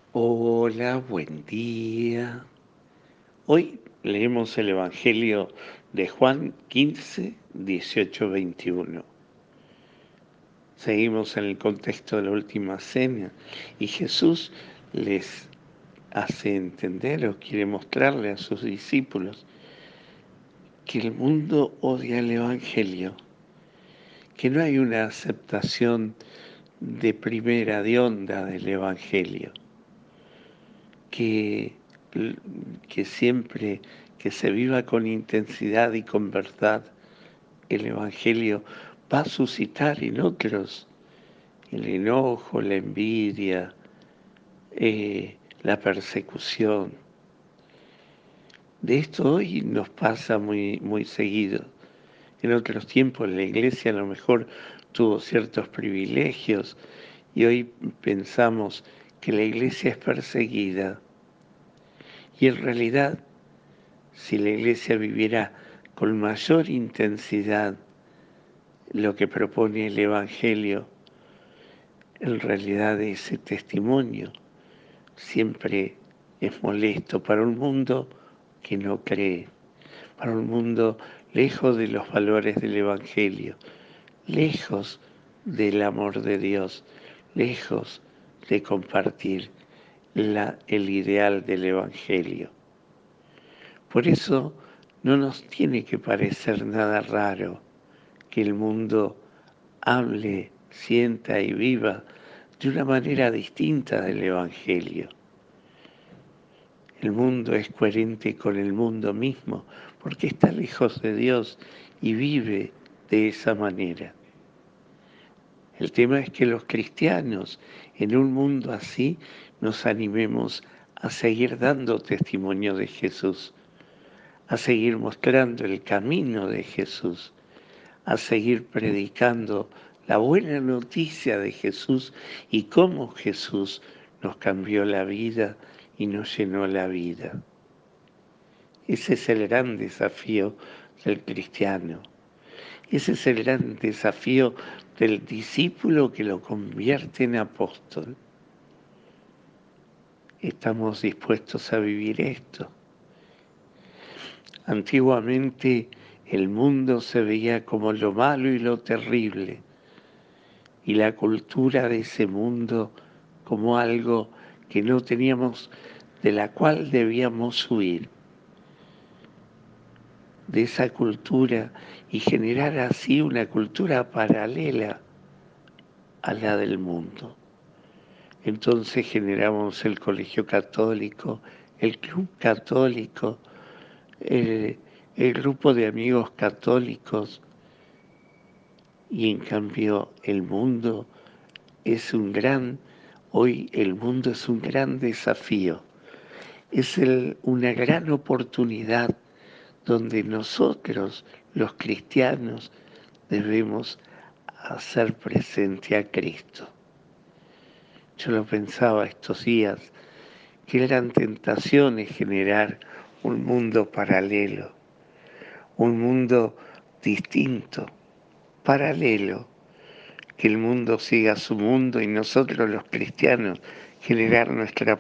Hola, buen día. Hoy leemos el Evangelio de Juan 15, 18, 21. Seguimos en el contexto de la última cena y Jesús les hace entender o quiere mostrarle a sus discípulos que el mundo odia el Evangelio, que no hay una aceptación de primera de onda del Evangelio, que, que siempre que se viva con intensidad y con verdad, el Evangelio va a suscitar en otros el enojo, la envidia, la persecución. De esto hoy nos pasa muy, muy seguido. En otros tiempos la Iglesia a lo mejor tuvo ciertos privilegios y hoy pensamos que la Iglesia es perseguida. Y en realidad, si la Iglesia viviera con mayor intensidad lo que propone el Evangelio, en realidad ese testimonio siempre es molesto para un mundo que no cree, para un mundo lejos de los valores del Evangelio, lejos del amor de Dios, lejos de compartir el ideal del Evangelio. Por eso no nos tiene que parecer nada raro que el mundo hable, sienta y viva de una manera distinta del Evangelio. El mundo es coherente con el mundo mismo porque está lejos de Dios y vive de esa manera. El tema es que los cristianos en un mundo así nos animemos a seguir dando testimonio de Jesús, a seguir mostrando el camino de Jesús, a seguir predicando la buena noticia de Jesús y cómo Jesús nos cambió la vida y nos llenó la vida. Ese es el gran desafío del cristiano. Ese es el gran desafío del discípulo que lo convierte en apóstol. Estamos dispuestos a vivir esto. Antiguamente el mundo se veía como lo malo y lo terrible, y la cultura de ese mundo como algo que no teníamos, de la cual debíamos huir, de esa cultura y generar así una cultura paralela a la del mundo. Entonces generamos el colegio católico, el club católico, el, el grupo de amigos católicos, y en cambio el mundo es hoy el mundo es un gran desafío, es una gran oportunidad donde nosotros, los cristianos, debemos hacer presente a Cristo. Yo lo pensaba estos días, qué gran tentación es generar un mundo paralelo, un mundo distinto, paralelo, que el mundo siga su mundo y nosotros los cristianos generar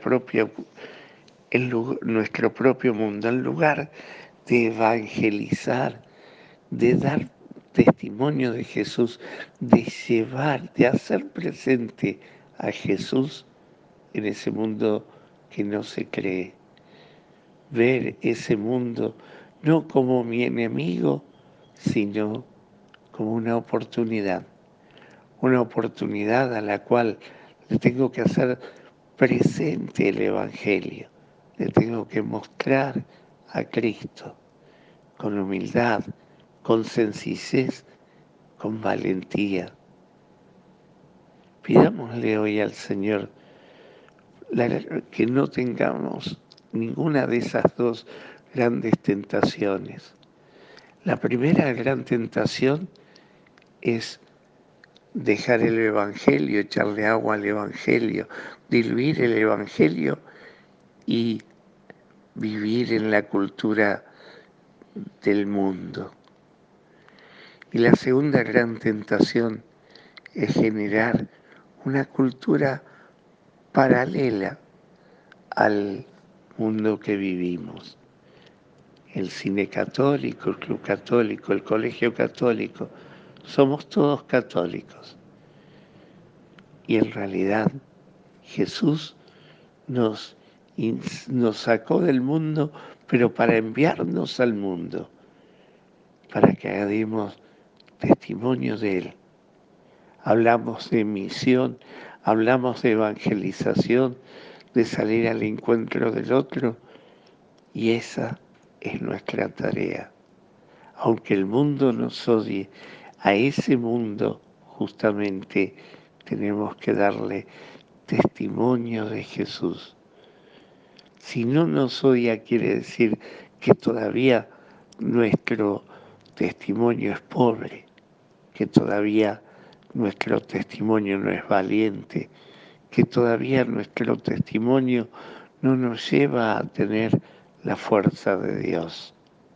nuestro propio mundo en lugar de evangelizar, de dar testimonio de Jesús, de llevar, de hacer presente a Jesús en ese mundo que no se cree. Ver ese mundo no como mi enemigo, sino como una oportunidad a la cual le tengo que hacer presente el Evangelio, le tengo que mostrar a Cristo con humildad, con sencillez, con valentía. Pidámosle hoy al Señor que no tengamos ninguna de esas dos grandes tentaciones. La primera gran tentación es dejar el Evangelio, echarle agua al Evangelio, diluir el Evangelio y vivir en la cultura del mundo. Y la segunda gran tentación es generar una cultura paralela al mundo que vivimos. El cine católico, el club católico, el colegio católico, somos todos católicos. Y en realidad Jesús nos, nos sacó del mundo, pero para enviarnos al mundo, para que demos testimonio de Él. Hablamos de misión, hablamos de evangelización, de salir al encuentro del otro, y esa es nuestra tarea. Aunque el mundo nos odie, a ese mundo justamente tenemos que darle testimonio de Jesús. Si no nos odia, quiere decir que todavía nuestro testimonio es pobre, que todavía nuestro testimonio no es valiente, que todavía nuestro testimonio no nos lleva a tener la fuerza de Dios.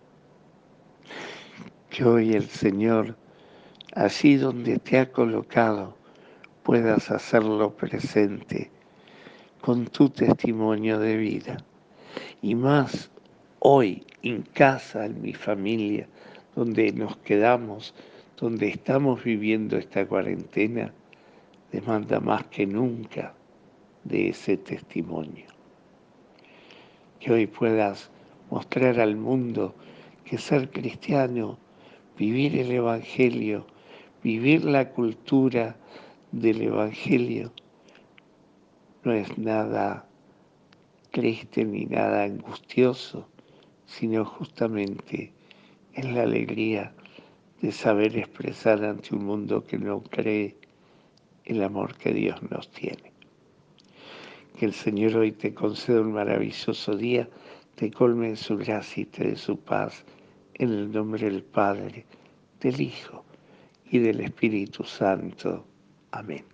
Que hoy el Señor, allí donde te ha colocado, puedas hacerlo presente con tu testimonio de vida. Y más hoy en casa, en mi familia, donde nos quedamos, donde estamos viviendo esta cuarentena, demanda más que nunca de ese testimonio. Que hoy puedas mostrar al mundo que ser cristiano, vivir el Evangelio, vivir la cultura del Evangelio, no es nada triste ni nada angustioso, sino justamente es la alegría de saber expresar ante un mundo que no cree el amor que Dios nos tiene. Que el Señor hoy te conceda un maravilloso día, te colme en su gracia y te dé su paz, en el nombre del Padre, del Hijo y del Espíritu Santo. Amén.